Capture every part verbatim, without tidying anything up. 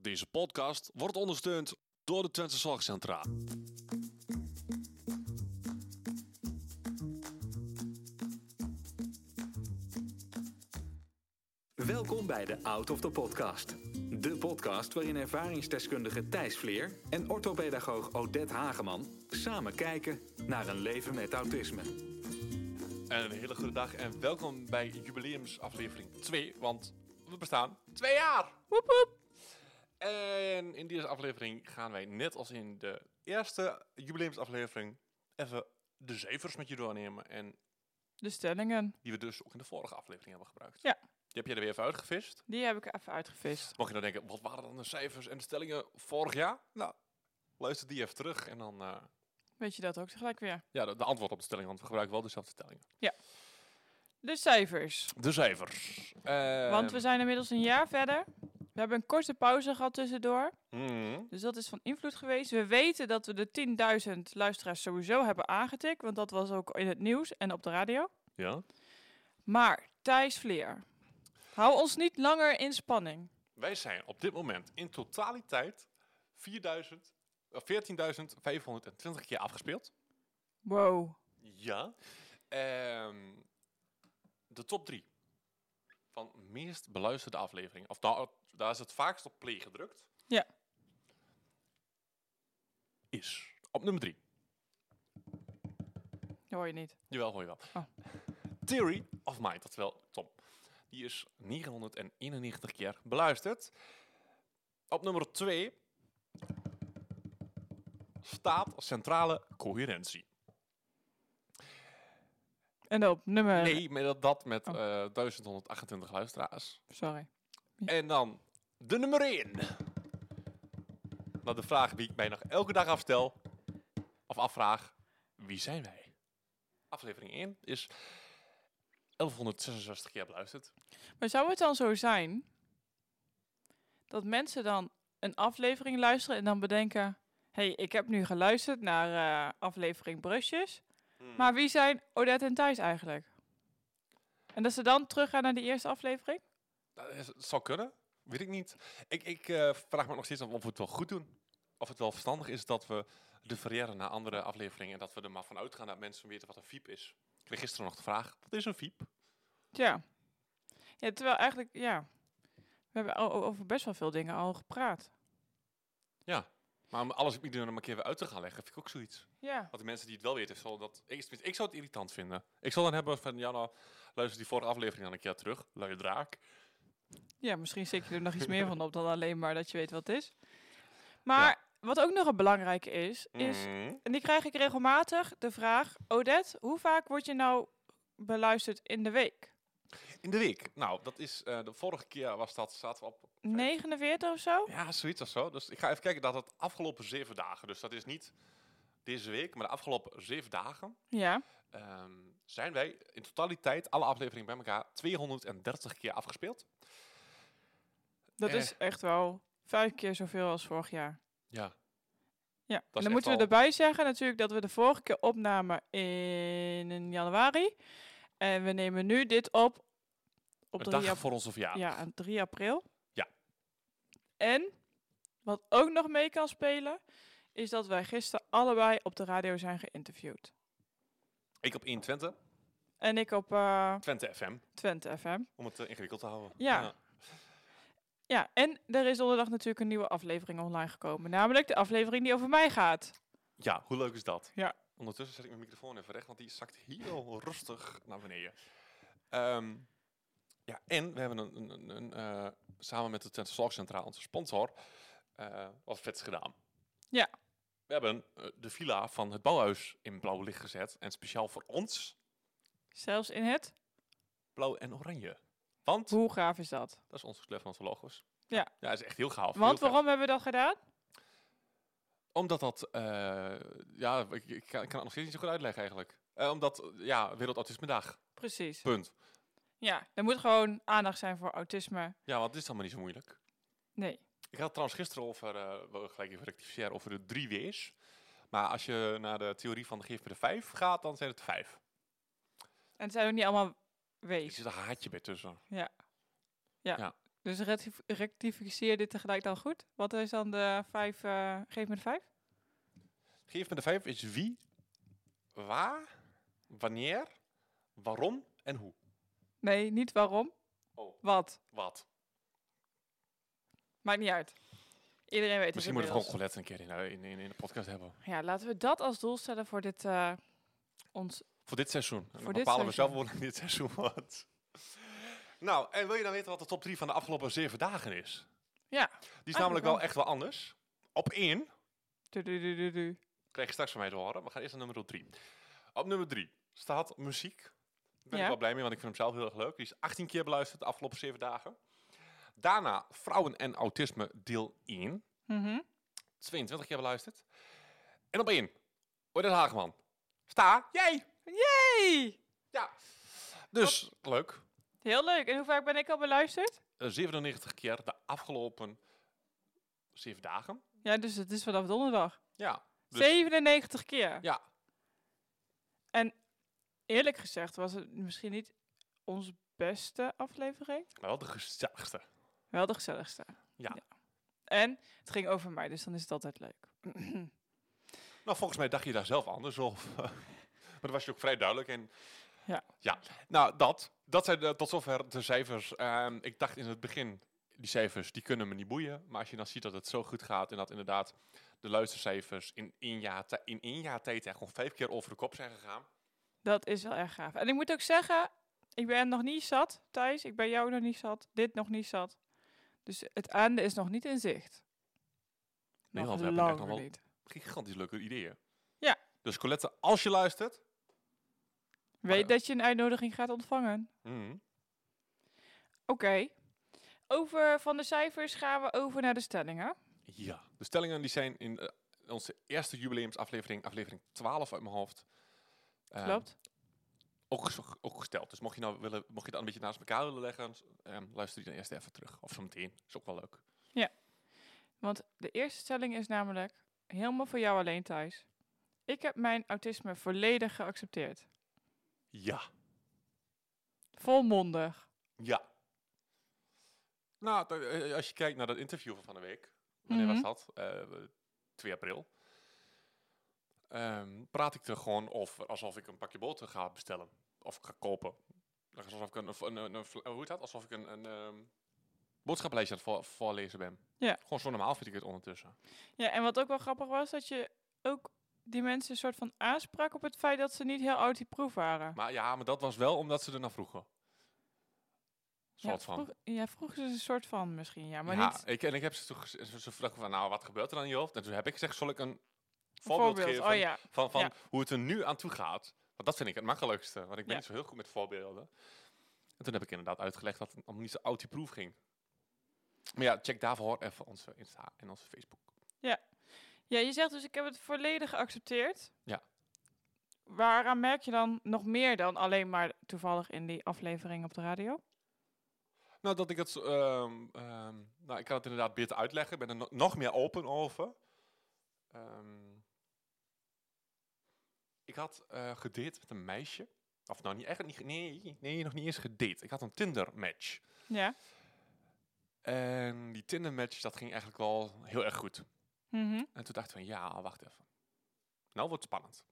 Deze podcast wordt ondersteund door de Twentse Zorgcentra. Welkom bij de Out of the Podcast. De podcast waarin ervaringsdeskundige Thijs Vleer en orthopedagoog Odette Hageman samen kijken naar een leven met autisme. En een hele goede dag en welkom bij jubileumsaflevering twee, want we bestaan twee jaar! Woep woep! En in deze aflevering gaan wij, net als in de eerste jubileumsaflevering, even de cijfers met je doornemen. En de stellingen. Die we dus ook in de vorige aflevering hebben gebruikt. Ja. Die heb jij er weer even uitgevist. Die heb ik even uitgevist. Mocht je nou denken, wat waren dan de cijfers en de stellingen vorig jaar? Nou, luister die even terug en dan... Uh, weet je dat ook tegelijk weer? Ja, de, de antwoord op de stelling, want we gebruiken wel dezelfde stellingen. Ja. De cijfers. De cijfers. Uh, want we zijn inmiddels een jaar verder. We hebben een korte pauze gehad tussendoor. Mm. Dus dat is van invloed geweest. We weten dat we de tienduizend luisteraars sowieso hebben aangetikt. Want dat was ook in het nieuws en op de radio. Ja. Maar Thijs Vleer, hou ons niet langer in spanning. Wij zijn op dit moment in totaliteit veertienduizend vijfhonderdtwintig keer afgespeeld. Wow. Ja. Um, de top drie van meest beluisterde afleveringen. Of daar, daar is het vaakst op play gedrukt. Ja. Is op nummer drie. Dat hoor je niet. Jawel, hoor je wel. Oh. Theory of Mind, dat wel Tom. Die is negenhonderdeenennegentig keer beluisterd. Op nummer twee staat centrale coherentie. En op nummer... Nee, maar dat, dat met oh. uh, duizend honderdachtentwintig luisteraars. Sorry. Ja. En dan de nummer één. Nou, de vraag die ik mij nog elke dag afstel, of afvraag, wie zijn wij? Aflevering één is elfhonderdzesenzestig keer beluisterd. Maar zou het dan zo zijn dat mensen dan een aflevering luisteren en dan bedenken, hé, hey, ik heb nu geluisterd naar uh, aflevering Brusjes, hmm. maar wie zijn Odette en Thijs eigenlijk? En dat ze dan teruggaan naar die eerste aflevering? Dat zou kunnen, weet ik niet. Ik, ik uh, vraag me nog steeds af of we het wel goed doen. Of het wel verstandig is dat we refereren naar andere afleveringen en dat we er maar van uitgaan dat mensen weten wat een V I P is. Ik kreeg gisteren nog de vraag, wat is een V I P? Ja. Ja, terwijl eigenlijk, ja, we hebben over best wel veel dingen al gepraat. Ja, maar om alles op iedereen een keer weer uit te gaan leggen, vind ik ook zoiets. Ja. Want de mensen die het wel weten, zal dat, ik, ik zou het irritant vinden. Ik zal dan hebben van, ja nou, luister die vorige aflevering dan een keer terug, luie draak. Ja, misschien steek je er nog iets meer van op dan alleen maar dat je weet wat het is. Maar ja. Wat ook nog een belangrijke is, is, mm. en die krijg ik regelmatig, de vraag, Odette, hoe vaak word je nou beluisterd in de week? In de week? Nou, dat is, uh, de vorige keer was dat, zaten we op... negenenveertig of zo? Ja, zoiets of zo. Dus ik ga even kijken dat het afgelopen zeven dagen, dus dat is niet deze week, maar de afgelopen zeven dagen, ja. um, zijn wij in totaliteit, alle afleveringen bij elkaar, tweehonderddertig keer afgespeeld. Dat eh. is echt wel vijf keer zoveel als vorig jaar. Ja. Ja, en dan moeten we erbij zeggen natuurlijk dat we de vorige keer opnamen in januari. En we nemen nu dit op op de dag ap- voor onze verjaardag. Ja, drie april. Ja. En wat ook nog mee kan spelen, is dat wij gisteren allebei op de radio zijn geïnterviewd. Ik op één Twente. En ik op... Uh, Twente F M. Twente F M. Om het uh, ingewikkeld te houden. Ja. ja. Ja, en er is donderdag natuurlijk een nieuwe aflevering online gekomen. Namelijk de aflevering die over mij gaat. Ja, hoe leuk is dat? Ja. Ondertussen zet ik mijn microfoon even recht, want die zakt heel rustig naar beneden. Um, ja, en we hebben een, een, een, uh, samen met de Twente Zorgcentra, onze sponsor, uh, wat vets gedaan. Ja. We hebben uh, de villa van het bouwhuis in blauw licht gezet. En speciaal voor ons. Zelfs in het? Blauw en oranje. Want, hoe gaaf is dat? Dat is onze kleur van onze logo's. Ja. Ja, dat is echt heel gaaf. Want heel waarom vet. hebben we dat gedaan? Omdat dat, uh, ja, ik, ik, kan, ik kan het nog steeds niet zo goed uitleggen eigenlijk. Uh, omdat, ja, Wereldautismedag. Precies. Punt. Ja, er moet gewoon aandacht zijn voor autisme. Ja, want het is allemaal niet zo moeilijk. Nee. Ik had het trouwens gisteren over, uh, wil gelijk even rectificeren, over de drie W's. Maar als je naar de theorie van de geef me de vijf gaat, dan zijn het vijf. En het zijn ook niet allemaal W's. Er zit een haatje bij tussen. Ja. Ja. ja. Dus rectif- rectificeer dit tegelijk dan goed. Wat is dan de vijf? Uh, geef me de vijf. Geef me de vijf is wie, waar, wanneer, waarom en hoe. Nee, niet waarom. Oh. Wat. Wat. Maakt niet uit. Iedereen weet Misschien het moeten we inmiddels. gewoon Colette een keer in, in, in, in de podcast hebben. Ja, laten we dat als doel stellen voor dit uh, ons. Voor dit seizoen. En Voor dan dit bepalen we zelf seizoen. hoe lang dit seizoen wordt. Nou, en wil je dan weten wat de top drie van de afgelopen zeven dagen is? Ja. Die is namelijk wel echt wel anders. Op één, Du, du, du, du, du. krijg je straks van mij te horen. We gaan eerst naar nummer drie. Op nummer drie staat muziek. Daar ben Ja. ik wel blij mee, want ik vind hem zelf heel erg leuk. Die is achttien keer beluisterd de afgelopen zeven dagen. Daarna Vrouwen en Autisme deel één. Mm-hmm. tweeëntwintig keer beluisterd. En op één, Odette Hageman. Sta jij? Yay! Ja. Dus, leuk. Heel leuk. En hoe vaak ben ik al beluisterd? Uh, zevenennegentig keer de afgelopen zeven dagen. Ja, dus het is vanaf donderdag. Ja. Dus, zevenennegentig keer. ja. Eerlijk gezegd was het misschien niet onze beste aflevering. Maar wel de gezelligste. Wel de gezelligste. Ja. En het ging over mij, dus dan is het altijd leuk. Nou, volgens mij dacht je daar zelf anders over. Maar dat was je ook vrij duidelijk. En Ja. Ja. Nou, dat. Dat zijn de, tot zover de cijfers. Um, ik dacht in het begin, die cijfers, die kunnen me niet boeien. Maar als je dan ziet dat het zo goed gaat en dat inderdaad de luistercijfers in één jaar, ti- in één jaar tijd echt gewoon vijf keer over de kop zijn gegaan. Dat is wel erg gaaf. En ik moet ook zeggen, ik ben nog niet zat, Thijs. Ik ben jou nog niet zat. Dit nog niet zat. Dus het einde is nog niet in zicht. Nee, Nog want we hebben echt lang nog wel niet. gigantisch leuke ideeën. Ja. Dus Colette, als je luistert. Weet Maar- dat je een uitnodiging gaat ontvangen. Mm, Oké. Over van de cijfers gaan we over naar de stellingen. ja. De stellingen die zijn in uh, onze eerste jubileumsaflevering, aflevering twaalf uit mijn hoofd. Um, Klopt. Ook, ges- ook gesteld. Dus mocht je nou willen, mocht je dat een beetje naast elkaar willen leggen, um, luister die dan eerst even terug. Of zo meteen. Is ook wel leuk. Want de eerste stelling is namelijk helemaal voor jou alleen, Thijs. Ik heb mijn autisme volledig geaccepteerd. Ja. Volmondig. Ja. Nou, t- eh, als je kijkt naar dat interview van van de week. Wanneer Mhm. was dat? Uh, twee april. Um, praat ik er gewoon over alsof ik een pakje boter ga bestellen. Of ga kopen. Alsof ik een, een, een, een hoe heet dat? Alsof ik een, een um, boodschappenlijstje aan het voor, voorlezen ben. Ja. Gewoon zo normaal vind ik het ondertussen. Ja, en wat ook wel grappig was, dat je ook die mensen een soort van aansprak op het feit dat ze niet heel audioproof waren. Maar ja, maar dat was wel omdat ze er naar vroegen. Soort ja, van. vroeg, ja, vroeg ze een soort van misschien, ja, maar ja, niet ik, en ik heb ze toen gez- ze, ze vroegen van, nou, wat gebeurt er dan in je hoofd? En toen heb ik gezegd, zal ik een een voorbeeld, geven Oh ja, van, van ja. hoe het er nu aan toe gaat? Want dat vind ik het makkelijkste, want ik ben Ja. niet zo heel goed met voorbeelden. En toen heb ik inderdaad uitgelegd dat het om niet zo audioproof ging. Maar ja, check daarvoor even onze Insta en onze Facebook. ja, je zegt dus ik heb het volledig geaccepteerd. Ja. Waaraan merk je dan nog meer dan alleen maar toevallig in die aflevering op de radio? Nou, dat ik het... ehm, ehm, nou, ik kan het inderdaad beter uitleggen. Ik ben er no- nog meer open over. Ehm, ik had eh gedate met een meisje. Of nou, niet, eigenlijk niet... Nee, nee, nog niet eens gedate. Ik had een Tinder-match. Ja. En die Tinder-match, dat ging eigenlijk wel heel erg goed. Mhm. En toen dacht ik van, ja, wacht even. Nou wordt het spannend.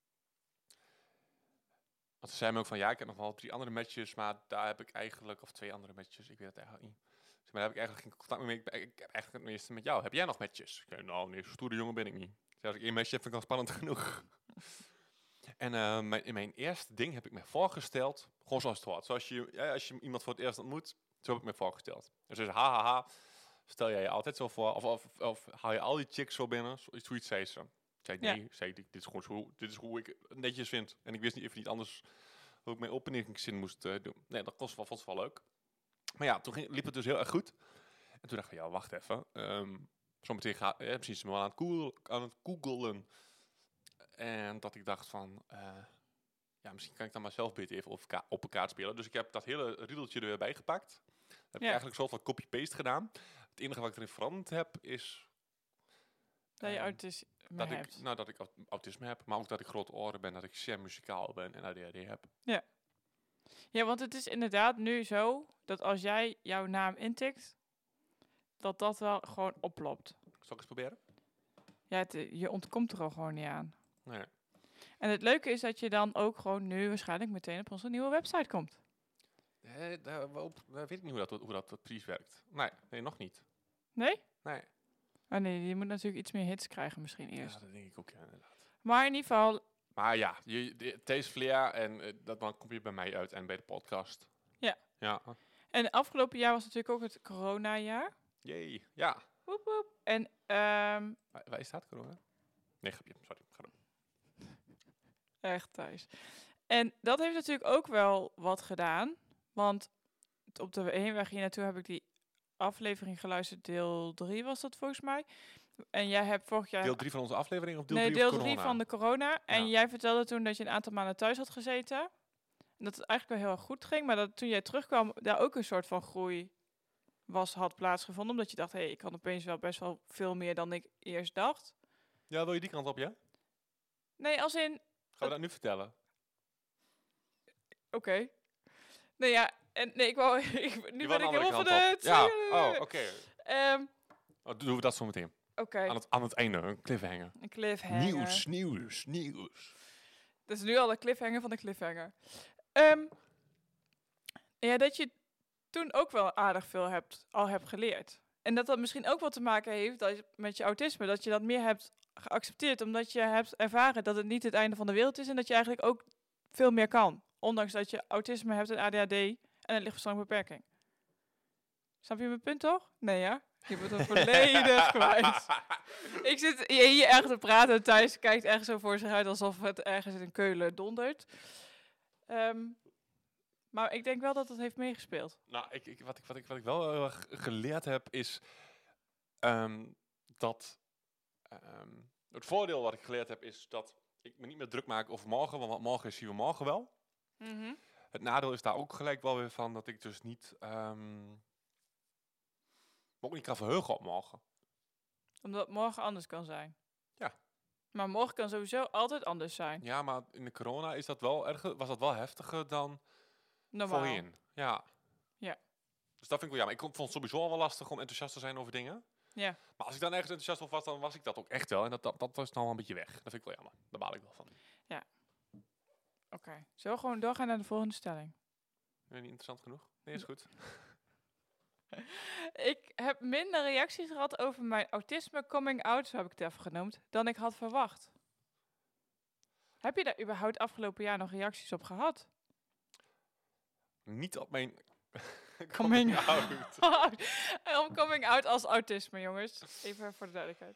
Want ze zei me ook van, ja, ik heb nog wel drie andere matches, maar daar heb ik eigenlijk, of twee andere matches, ik weet het eigenlijk niet. Zeg, maar daar heb ik eigenlijk geen contact mee. Ik, ben- ik heb eigenlijk het meeste met jou. Heb jij nog matches? Ik zei, nou, nee, zo'n stoere jongen ben ik niet. Ik zei, als ik één match heb, vind ik al spannend genoeg. En uh, mijn, in mijn eerste ding heb ik me voorgesteld, gewoon zoals het hoort. Zoals je, ja, als je iemand voor het eerst ontmoet, zo heb ik me voorgesteld. Dus ze zei, ha, ha, ha, stel jij je altijd zo voor, of, of, of haal je al die chicks zo binnen, Zo- zoiets zei ze. Ik zei, nee, Ja. zei, dit, dit, is gewoon zo, dit is hoe ik het netjes vind. En ik wist niet even niet anders hoe ik mijn openingszin moest uh, doen. Nee, dat kost wel, vond het wel leuk. Maar ja, toen ging, liep het dus heel erg goed. En toen dacht ik, ja, wacht even. Um, zometeen ga eh, misschien is ze me wel aan het, Google, aan het googlen. En dat ik dacht van, uh, ja, misschien kan ik dan maar zelf beter even op, ka- op elkaar spelen. Dus ik heb dat hele riedeltje er weer bij gepakt. Heb Ja. ik eigenlijk een soort van copy-paste gedaan. Het enige wat ik erin veranderd heb is... Dat je ehm, autisme dat hebt. ik, nou, dat ik aut- autisme heb, maar ook dat ik grote oren ben, dat ik zeer muzikaal ben en A D H D heb. Ja, want het is inderdaad nu zo dat als jij jouw naam intikt, dat dat wel gewoon oplopt. Zal ik eens proberen? Ja, het, je ontkomt er al gewoon niet aan. Nee. En het leuke is dat je dan ook gewoon nu waarschijnlijk meteen op onze nieuwe website komt. Eh, daar, op, daar weet ik niet hoe dat, hoe dat precies werkt. Nee, nee, nog niet. Nee? Nee. Oh nee, je moet natuurlijk iets meer hits krijgen misschien eerst. Ja, dat denk ik ook, ja, inderdaad. Maar in ieder geval, Maar ja, je, de, Taste Flair en uh, dat, dan kom je bij mij uit en bij de podcast. Ja. Ja. en afgelopen jaar was natuurlijk ook het coronajaar. Jee. Ja. Woep woep. En um, Waar, waar is dat, corona? Nee, grapje. Sorry. Ga door. echt thuis. En dat heeft natuurlijk ook wel wat gedaan. Want op de heenweg hier naartoe heb ik die aflevering geluisterd. Deel drie was dat volgens mij. En jij hebt vorig jaar... Deel drie van onze aflevering of deel nee, drie deel drie van de corona. En Ja. jij vertelde toen dat je een aantal maanden thuis had gezeten. En dat het eigenlijk wel heel erg goed ging. Maar dat toen jij terugkwam, daar ook een soort van groei was, had plaatsgevonden. Omdat je dacht, hé, hey, ik kan opeens wel best wel veel meer dan ik eerst dacht. Ja, wil je die kant op, ja? Nee, als in... Gaan we dat nu vertellen? Oké. Okay. Nee, ja. En nee, ik wou... ik, nu Je ben wou ik de heel andere van kant het... op. Ja, oh, oké. Okay. Um, Oh, doen we dat zo meteen. Oké. Okay. Aan, het, aan het einde, een cliffhanger. Een cliffhanger. Nieuws, nieuws, nieuws. Dat is nu al de cliffhanger van de cliffhanger. Um, ja, dat je toen ook wel aardig veel hebt, al hebt geleerd. En dat dat misschien ook wat te maken heeft dat je, met je autisme. Dat je dat meer hebt geaccepteerd. Omdat je hebt ervaren dat het niet het einde van de wereld is. En dat je eigenlijk ook veel meer kan. Ondanks dat je autisme hebt en A D H D en een lichtverstandelijke beperking. Snap je mijn punt toch? Nee, ja? Je wordt er volledig kwijt. Ik zit hier ergens te praten en Thijs kijkt echt zo voor zich uit alsof het ergens in Keulen dondert. Um, maar ik denk wel dat het heeft meegespeeld. Nou, ik, ik, wat, ik, wat, ik, wat ik wel heel erg geleerd heb is um, dat um, het voordeel wat ik geleerd heb is dat ik me niet meer druk maak over morgen, want wat morgen is zien we morgen wel. Mm-hmm. Het nadeel is daar ook gelijk wel weer van dat ik dus niet um, me ook niet kan verheugen op morgen. Omdat morgen anders kan zijn. Ja. Maar morgen kan sowieso altijd anders zijn. Ja, maar in de corona is dat wel erger, was dat wel heftiger dan normaal. Voorheen. Ja. Ja. Dus dat vind ik wel jammer. Ik vond het sowieso al wel lastig om enthousiast te zijn over dingen. Ja. Maar als ik dan ergens enthousiast over was, dan was ik dat ook echt wel. En dat, dat, dat was nou wel een beetje weg. Dat vind ik wel jammer. Daar baal ik wel van. Ja. Oké. Okay. Zullen we gewoon doorgaan naar de volgende stelling? Ben je niet interessant genoeg? Nee, is goed. Ik heb minder reacties gehad over mijn autisme coming out, zo heb ik het even genoemd, dan ik had verwacht. Heb je daar überhaupt afgelopen jaar nog reacties op gehad? Niet op mijn coming out. Om coming out als autisme, jongens. Even voor de duidelijkheid.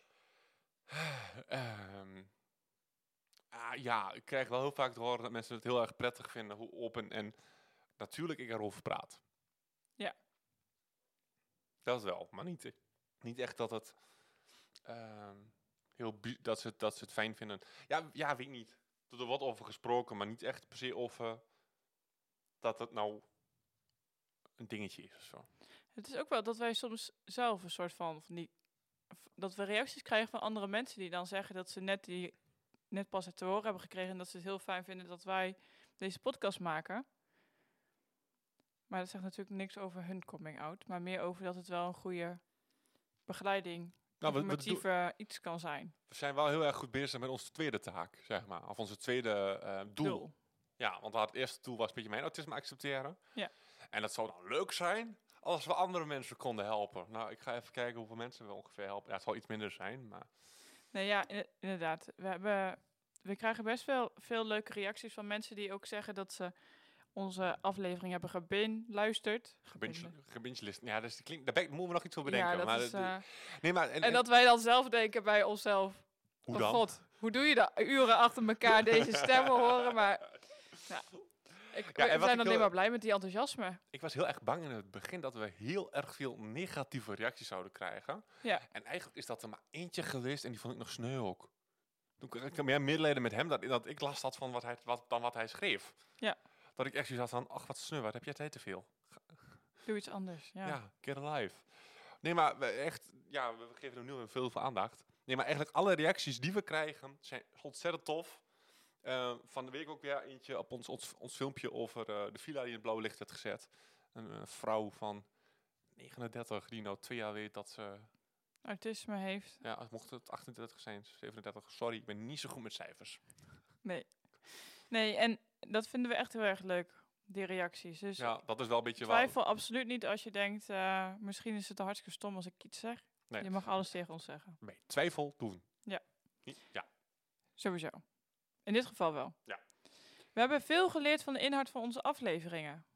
um, ah, ja, ik krijg wel heel vaak te horen dat mensen het heel erg prettig vinden hoe open en natuurlijk ik erover praat. Ja. Dat is wel, maar niet, niet echt dat het um, heel dat ze, dat ze het fijn vinden. Ja, ja, weet ik niet. Er wordt over gesproken, maar niet echt per se over dat het nou een dingetje is of zo. Het is ook wel dat wij soms zelf een soort van, van die, dat we reacties krijgen van andere mensen die dan zeggen dat ze net die net pas het te horen hebben gekregen en dat ze het heel fijn vinden dat wij deze podcast maken. Maar dat zegt natuurlijk niks over hun coming out, maar meer over dat het wel een goede begeleiding, nou, informatieve we, we iets kan zijn. We zijn wel heel erg goed bezig met onze tweede taak, zeg maar, of onze tweede uh, doel. doel. Ja, want het eerste doel was een beetje mijn autisme accepteren. Ja. En dat zou dan leuk zijn als we andere mensen konden helpen. Nou, ik ga even kijken hoeveel mensen we ongeveer helpen. Ja, het zal iets minder zijn, maar... Nee, ja, inderdaad. We, hebben, we krijgen best wel veel leuke reacties van mensen die ook zeggen dat ze onze aflevering hebben gebinluisterd. Gebingelist. Ja, dus die klinkt, daar moeten we nog iets over bedenken. Ja, dat maar is, de, uh, nee, maar, en, en, en dat wij dan zelf denken bij onszelf. Hoe oh dan? God, hoe doe je dat? Uren achter elkaar deze stemmen horen, maar... Ja. Ik, ja, we zijn alleen heel, maar blij met die enthousiasme. Ik was heel erg bang in het begin dat we heel erg veel negatieve reacties zouden krijgen. Ja. En eigenlijk is dat er maar eentje geweest en die vond ik nog sneu ook. Toen kreeg ik meer medelijden met hem dat, dat ik last had van wat hij, wat, dan wat hij schreef. Ja. Dat ik echt zoiets had van, ach wat sneu, wat heb jij tijd te veel? Doe iets anders, ja. Ja, get alive. Nee, maar we echt, ja, we geven er nu veel voor aandacht. Nee, maar eigenlijk alle reacties die we krijgen zijn ontzettend tof. Uh, van de week ook weer eentje op ons, ons, ons filmpje over uh, de villa die in het blauwe licht werd gezet. Een uh, vrouw van negenendertig die nou twee jaar weet dat ze... autisme heeft. Ja, mocht het achtendertig zijn, zevenendertig. Sorry, ik ben niet zo goed met cijfers. Nee. Nee, en dat vinden we echt heel erg leuk, die reacties. Dus ja, dat is wel een beetje... twijfel wel... absoluut niet als je denkt, uh, misschien is het hartstikke stom als ik iets zeg. Nee. Je mag alles tegen ons zeggen. Nee, twijfel doen. Ja. Ja. Sowieso. In dit geval wel. Ja. We hebben veel geleerd van de inhoud van onze afleveringen.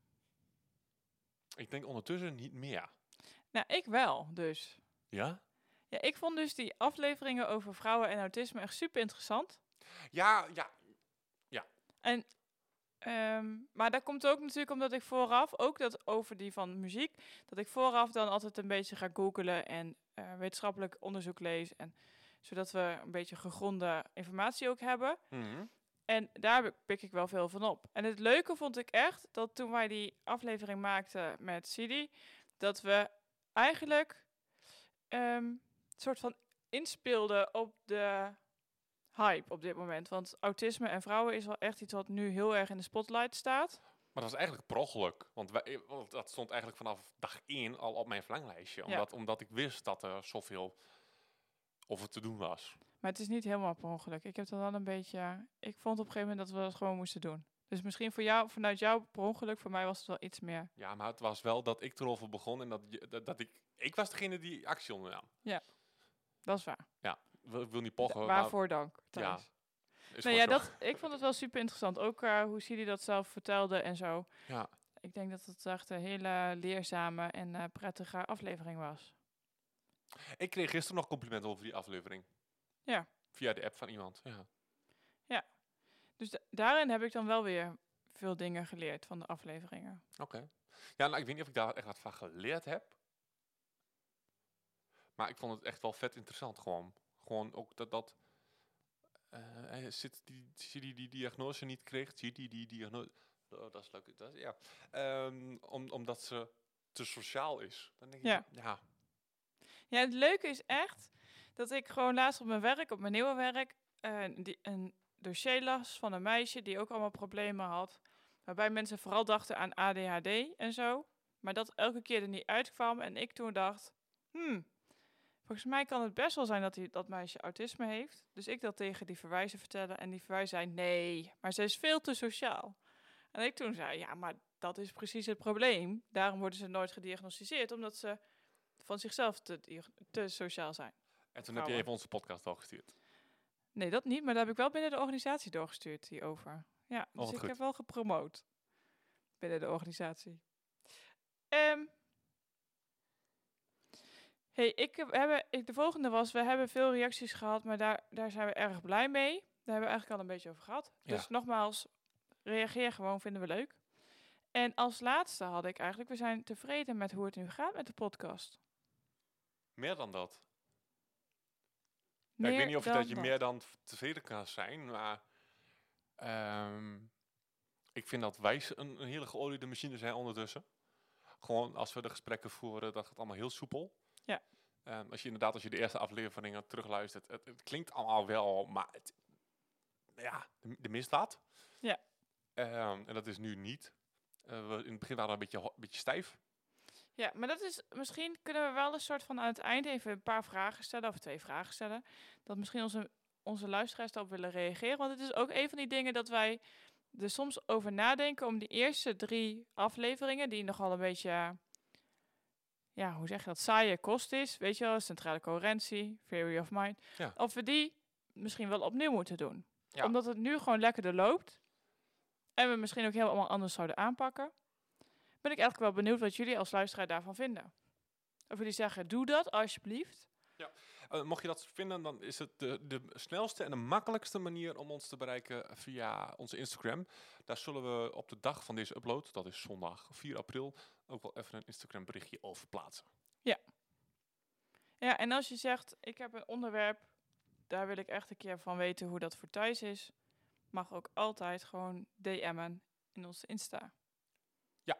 Ik denk ondertussen niet meer. Nou, ik wel, dus. Ja? Ja, ik vond dus die afleveringen over vrouwen en autisme echt super interessant. Ja, ja. Ja. En, um, maar dat komt ook natuurlijk omdat ik vooraf, ook dat over die van muziek, dat ik vooraf dan altijd een beetje ga googlen en uh, wetenschappelijk onderzoek lees. En, zodat we een beetje gegronde informatie ook hebben. Mm-hmm. En daar pik ik wel veel van op. En het leuke vond ik echt, dat toen wij die aflevering maakten met Sidi, dat we eigenlijk um, een soort van inspeelden op de hype op dit moment. Want autisme en vrouwen is wel echt iets wat nu heel erg in de spotlight staat. Maar dat was eigenlijk per ongeluk. Want, wij, want dat stond eigenlijk vanaf dag één al op mijn verlanglijstje. Omdat, ja. omdat ik wist dat er zoveel over te doen was. Maar het is niet helemaal per ongeluk. Ik heb dat wel een beetje... Ik vond op een gegeven moment dat we dat gewoon moesten doen. Dus misschien voor jou, vanuit jou per ongeluk, voor mij was het wel iets meer. Ja, maar het was wel dat ik erover begon en dat, dat, dat ik... Ik was degene die actie ondernam. Ja, dat is waar. Ja, ik wil, wil niet pochen. Da- waarvoor maar, dank, Thijs. Ja, nou ja dat, ik vond het wel super interessant. Ook uh, hoe Sidi dat zelf vertelde en zo. Ja. Ik denk dat het echt een hele leerzame en uh, prettige aflevering was. Ik kreeg gisteren nog complimenten over die aflevering. Ja. Via de app van iemand, ja. Ja. Dus da- daarin heb ik dan wel weer veel dingen geleerd van de afleveringen. Oké. Okay. Ja, nou, ik weet niet of ik daar echt wat van geleerd heb. Maar ik vond het echt wel vet interessant, gewoon. Gewoon ook dat dat... Uh, zit die, die, die, die diagnose niet kreeg. Zie die, die diagnose... Oh, dat is leuk. Dat is, ja. Um, om, omdat ze te sociaal is. Dan denk ja. ik, ja. Ja, het leuke is echt dat ik gewoon laatst op mijn werk, op mijn nieuwe werk, uh, die, een dossier las van een meisje die ook allemaal problemen had. Waarbij mensen vooral dachten aan A D H D en zo. Maar dat elke keer er niet uitkwam. En ik toen dacht, hmm, volgens mij kan het best wel zijn dat die, dat meisje autisme heeft. Dus ik dat tegen die verwijzer vertellen. En die verwijzer zei, nee, maar ze is veel te sociaal. En ik toen zei, ja, maar dat is precies het probleem. Daarom worden ze nooit gediagnosticeerd, omdat ze van zichzelf te, te sociaal zijn. En toen heb je even onze podcast doorgestuurd. Nee, dat niet, maar daar heb ik wel binnen de organisatie doorgestuurd hierover. Ja, dus oh, ik goed. heb wel gepromoot binnen de organisatie. Um, hey, ik heb, hebben, ik, de volgende was, we hebben veel reacties gehad, maar daar, daar zijn we erg blij mee. Daar hebben we eigenlijk al een beetje over gehad. Ja. Dus nogmaals, reageer gewoon, vinden we leuk. En als laatste had ik eigenlijk, we zijn tevreden met hoe het nu gaat met de podcast. Meer dan dat. Ja, ik weet niet of je dat je dat. meer dan tevreden kan zijn, maar um, ik vind dat wij een, een hele geoliede machine zijn ondertussen. Gewoon als we de gesprekken voeren, dat gaat allemaal heel soepel. Ja. Um, als je inderdaad, als je de eerste afleveringen terugluistert, het, het klinkt allemaal wel, maar het, ja, de, de misdaad. Ja. Um, en dat is nu niet. Uh, we, in het begin waren we een beetje, een beetje stijf. Ja, maar dat is, misschien kunnen we wel een soort van aan het eind even een paar vragen stellen, of twee vragen stellen. Dat misschien onze, onze luisteraars daarop willen reageren. Want het is ook een van die dingen dat wij er soms over nadenken om die eerste drie afleveringen, die nogal een beetje, ja, hoe zeg je dat, saaie kost is. Weet je wel, centrale coherentie, theory of mind. Ja. Of we die misschien wel opnieuw moeten doen. Ja. Omdat het nu gewoon lekkerder loopt. En we misschien ook helemaal anders zouden aanpakken. Ben ik eigenlijk wel benieuwd wat jullie als luisteraar daarvan vinden. Of jullie zeggen, doe dat alsjeblieft. Ja, uh, mocht je dat vinden, dan is het de, de snelste en de makkelijkste manier om ons te bereiken via onze Instagram. Daar zullen we op de dag van deze upload, dat is zondag vier april, ook wel even een Instagram berichtje over plaatsen. Ja. Ja, en als je zegt, ik heb een onderwerp, daar wil ik echt een keer van weten hoe dat voor Thijs is, mag ook altijd gewoon D M'en in onze Insta. Ja.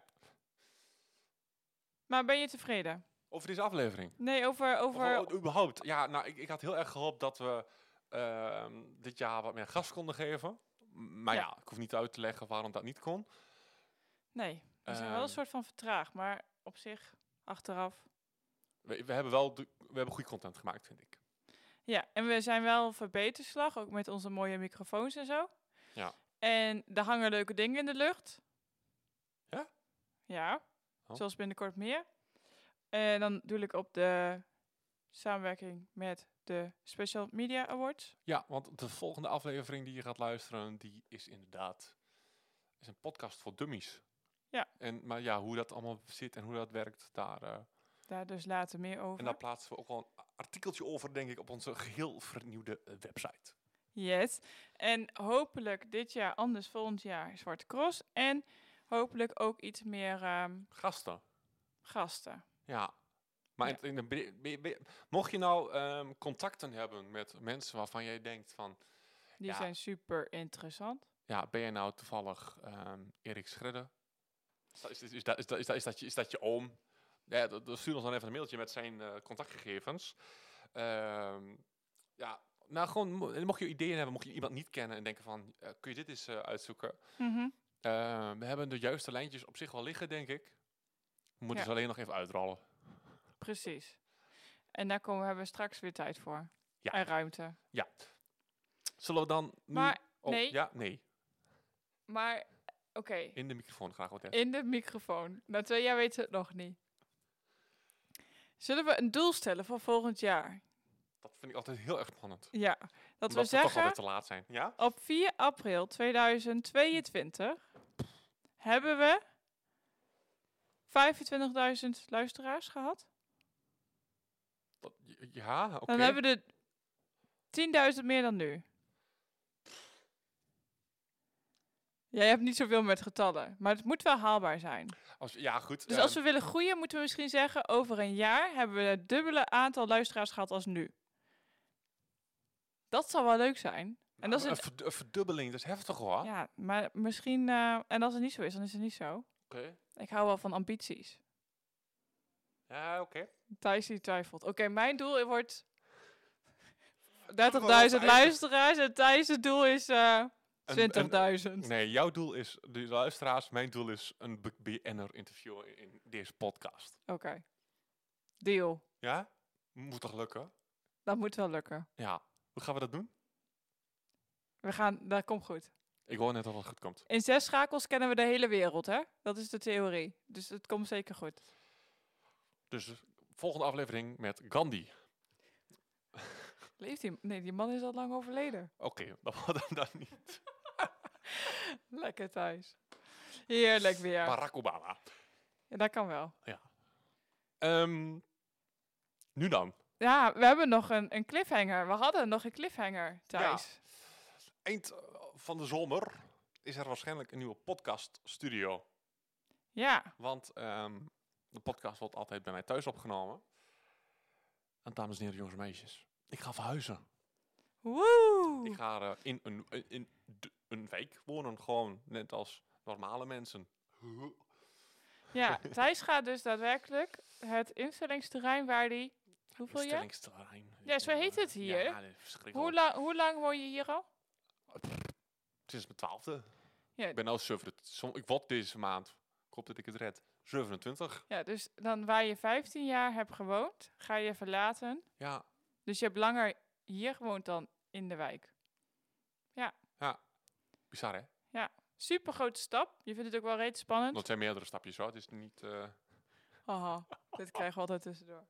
Maar ben je tevreden? Over deze aflevering? Nee, over... over of, überhaupt. Ja, nou, ik, ik had heel erg gehoopt dat we uh, dit jaar wat meer gas konden geven. Maar ja. Ja. ik hoef niet uit te leggen waarom dat niet kon. Nee, we zijn wel een Ehm, soort van vertraagd, maar op zich, achteraf. We, we hebben wel de, we hebben goede content gemaakt, vind ik. Ja, en we zijn wel verbeterslag, ook met onze mooie microfoons en zo. Ja. En er hangen leuke dingen in de lucht. Ja? Ja, Oh. zoals binnenkort meer. En dan doe ik op de samenwerking met de Special Media Awards. Ja, want de volgende aflevering die je gaat luisteren, die is inderdaad is een podcast voor dummies. Ja. En, maar ja, hoe dat allemaal zit en hoe dat werkt, daar... Uh, Daar dus later meer over. en daar plaatsen we ook wel een artikeltje over, denk ik, op onze geheel vernieuwde uh, website. Yes. En hopelijk dit jaar, anders volgend jaar, Zwarte Cross. En hopelijk ook iets meer um, Gasten. gasten. Ja. Maar Ja. in, in de, be, be, be, mocht je nou um, contacten hebben met mensen waarvan jij denkt van... Die ja, zijn super interessant. Ja, ben je nou toevallig um, Erik Schredder? Is dat, is, is, dat, is, dat, is, dat, is, dat je, is dat je oom? Ja, dan, dan stuur ons dan even een mailtje met zijn uh, contactgegevens. Um, ja, nou gewoon, mo- mocht je ideeën hebben, mocht je iemand niet kennen en denken van, uh, kun je dit eens uh, uitzoeken? Mm-hmm. Uh, we hebben de juiste lijntjes op zich wel liggen, denk ik. We moeten Ja. ze alleen nog even uitrollen. Precies. En daar komen we hebben we straks weer tijd voor. Ja. En ruimte. Ja. Zullen we dan nu... Maar, oh, nee. Ja, nee. Maar, oké. Okay. In de microfoon graag wat. In de microfoon. Na twee jaar weten we het nog niet. Zullen we een doel stellen voor volgend jaar? Dat vind ik altijd heel erg spannend. Ja. Dat Omdat we we zeggen, toch altijd te laat zijn. Ja? op vier april tweeduizend tweeëntwintig hebben we vijfentwintigduizend luisteraars gehad. Dat, ja, oké. Okay. Dan hebben we er tienduizend meer dan nu. Jij hebt niet zoveel met getallen, maar het moet wel haalbaar zijn. Als, ja, goed. Dus um, als we willen groeien, moeten we misschien zeggen... over een jaar hebben we het dubbele aantal luisteraars gehad als nu. Dat zou wel leuk zijn. En dat is een, een, verd- een verdubbeling, dat is heftig hoor. ja, maar misschien... Uh, en als het niet zo is, dan is het niet zo. Oké. Okay. Ik hou wel van ambities. Ja, oké. Okay. Thijs die twijfelt. Oké, okay, mijn doel wordt... dertigduizend luisteraars en Thijs' doel is... Uh, twintigduizend. Nee, jouw doel is de luisteraars. Mijn doel is een B N R-interview in, in deze podcast. Oké. Okay. Deal. Ja? Moet toch lukken? Dat moet wel lukken. Ja. Hoe gaan we dat doen? We gaan... Dat komt goed. Ik hoor net dat het goed komt. In zes schakels kennen we de hele wereld, hè? Dat is de theorie. Dus het komt zeker goed. Dus volgende aflevering met Gandhi. Leeft hij? Nee, die man is al lang overleden. Oké, okay, dat wordt hem dan niet. Lekker thuis. Heerlijk weer. Barack Obama. Ja, dat kan wel. Ja. Um, nu dan. Ja, we hebben nog een, een cliffhanger. We hadden nog een cliffhanger, Thijs. Ja. Eind van de zomer is er waarschijnlijk een nieuwe podcaststudio. Ja. Want um, de podcast wordt altijd bij mij thuis opgenomen. En dames en heren, jongens en meisjes. Ik ga verhuizen. Woe! Ik ga uh, in, een, in de, een wijk wonen, gewoon net als normale mensen. Ja, Thijs gaat dus daadwerkelijk het instellingsterrein waar die... Hoeveel jaar? Instellingsterrein. Ja, zo heet het hier. Ja, dat is verschrikkelijk. Hoe, la- hoe lang woon je hier al? Sinds mijn twaalfde. Ja. Ik ben nou zevenentwintig. Ik word deze maand. Ik hoop dat ik het red. zevenentwintig. Ja, dus dan waar je vijftien jaar hebt gewoond, ga je verlaten. Ja. Dus je hebt langer hier gewoond dan in de wijk. Ja. Ja. Bizar, hè? Ja. Super grote stap. Je vindt het ook wel reeds spannend. Dat zijn meerdere stapjes, hoor. Het is niet... Uh... Haha, dit krijgen we altijd tussendoor.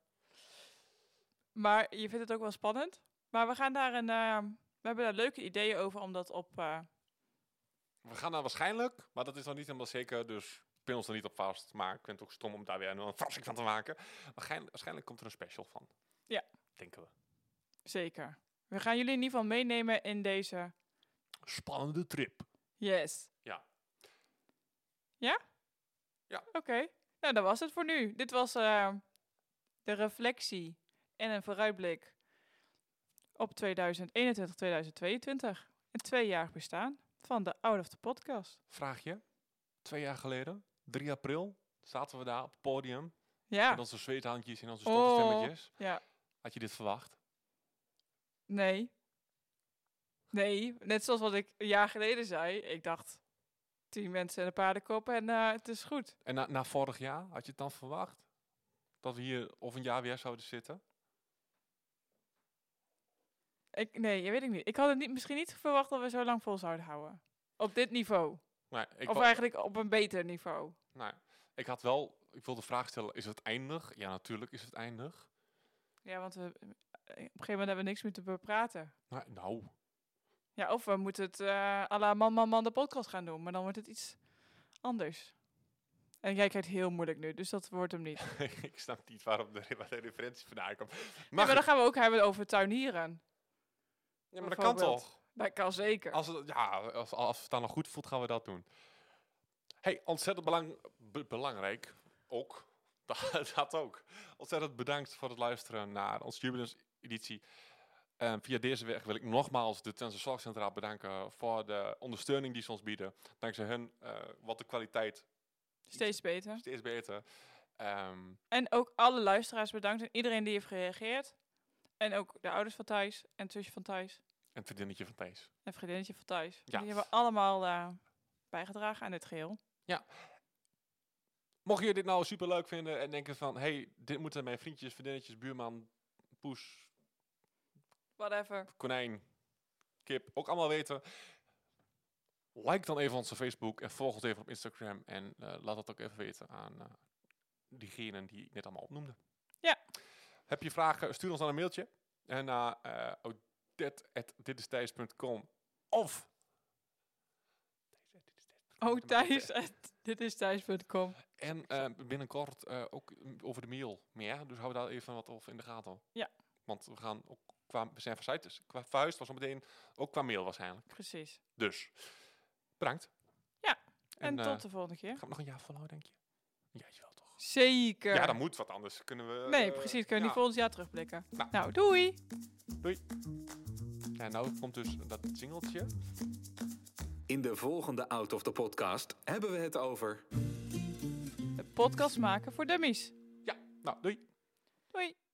Maar je vindt het ook wel spannend. Maar we gaan daar een... Uh, we hebben daar leuke ideeën over om dat op... Uh... We gaan daar waarschijnlijk, maar dat is nog niet helemaal zeker, dus ik pin ons er niet op vast. Maar ik vind het ook stom om daar weer een verrassing van te maken. Waarschijnlijk, waarschijnlijk komt er een special van. Ja. Denken we. Zeker. We gaan jullie in ieder geval meenemen in deze... spannende trip. Yes. Ja. Ja? Ja. Oké. Okay. Nou, dat was het voor nu. Dit was uh, de reflectie en een vooruitblik op tweeduizend eenentwintig tweeduizend tweeëntwintig. Een tweejarig bestaan van de Out of the Podcast. Vraagje. Twee jaar geleden, drie april, zaten we daar op het podium. Ja. Met onze zweethandjes en onze stotte stemmetjes. Ja. Had je dit verwacht? Nee. Nee, net zoals wat ik een jaar geleden zei. Ik dacht, tien mensen en een paardenkop en uh, het is goed. En na, na vorig jaar, had je het dan verwacht? Dat we hier over een jaar weer zouden zitten? Ik, nee, je weet ik niet. Ik had het niet, misschien niet verwacht dat we zo lang vol zouden houden. Op dit niveau. Nee, ik of wa- eigenlijk op een beter niveau. nee, ik had wel... Ik wilde de vraag stellen, is het eindig? Ja, natuurlijk is het eindig. Ja, want we, op een gegeven moment hebben we niks meer te bepraten. Maar, nou, Ja, of we moeten het uh, à la man, man, man de podcast gaan doen. Maar dan wordt het iets anders. En jij kijkt heel moeilijk nu, dus dat wordt hem niet. ik snap niet waarom de, waar de referentie vandaan komt. Ja, Mag maar dan ik- gaan we ook hebben over tuinieren. ja, maar dat kan bijvoorbeeld. toch? Dat kan zeker. Als het, ja, als, als het dan nog goed voelt, gaan we dat doen. Hey, ontzettend belang, be- belangrijk, ook, dat, dat ook. Ontzettend bedankt voor het luisteren naar onze jubileumseditie. Uh, via deze weg wil ik nogmaals de Twentse Zorgcentraal bedanken voor de ondersteuning die ze ons bieden. Dankzij hun uh, wordt de kwaliteit Steeds beter. steeds beter. Um, En ook alle luisteraars bedankt en iedereen die heeft gereageerd. En ook de ouders van Thijs en het zusje van Thijs. en het vriendinnetje van Thijs. En vriendinnetje van Thijs. Ja. Die hebben allemaal uh, bijgedragen aan dit geheel. Ja. Mocht je dit nou super leuk vinden en denken van, hey, dit moeten mijn vriendjes, vriendinnetjes, buurman, poes, whatever, konijn, kip, ook allemaal weten. Like dan even onze Facebook en volg ons even op Instagram. En uh, laat dat ook even weten aan uh, diegenen die ik net allemaal opnoemde. Ja. Heb je vragen, stuur ons dan een mailtje. En naar uh, odet at ditistijs punt com of oh, Thijs at ditistijs punt com. En uh, binnenkort uh, ook over de mail meer. Dus hou daar even wat over in de gaten. Ja. Want we gaan ook qua, we zijn verzuid, dus qua vuist was meteen ook qua mail waarschijnlijk. Precies. Dus, bedankt. Ja, en, en tot uh, de volgende keer. Gaan we nog een jaar volhouden, denk je? Ja, wel toch? Zeker. Ja, dat moet, wat anders kunnen we... Nee, uh, precies. Kunnen we ja. niet volgend jaar terugblikken. Nou. nou, doei! Doei. Ja, nou komt dus dat singeltje. In de volgende Out of the Podcast hebben we het over... De podcast maken voor dummies. Ja, nou, doei. Doei!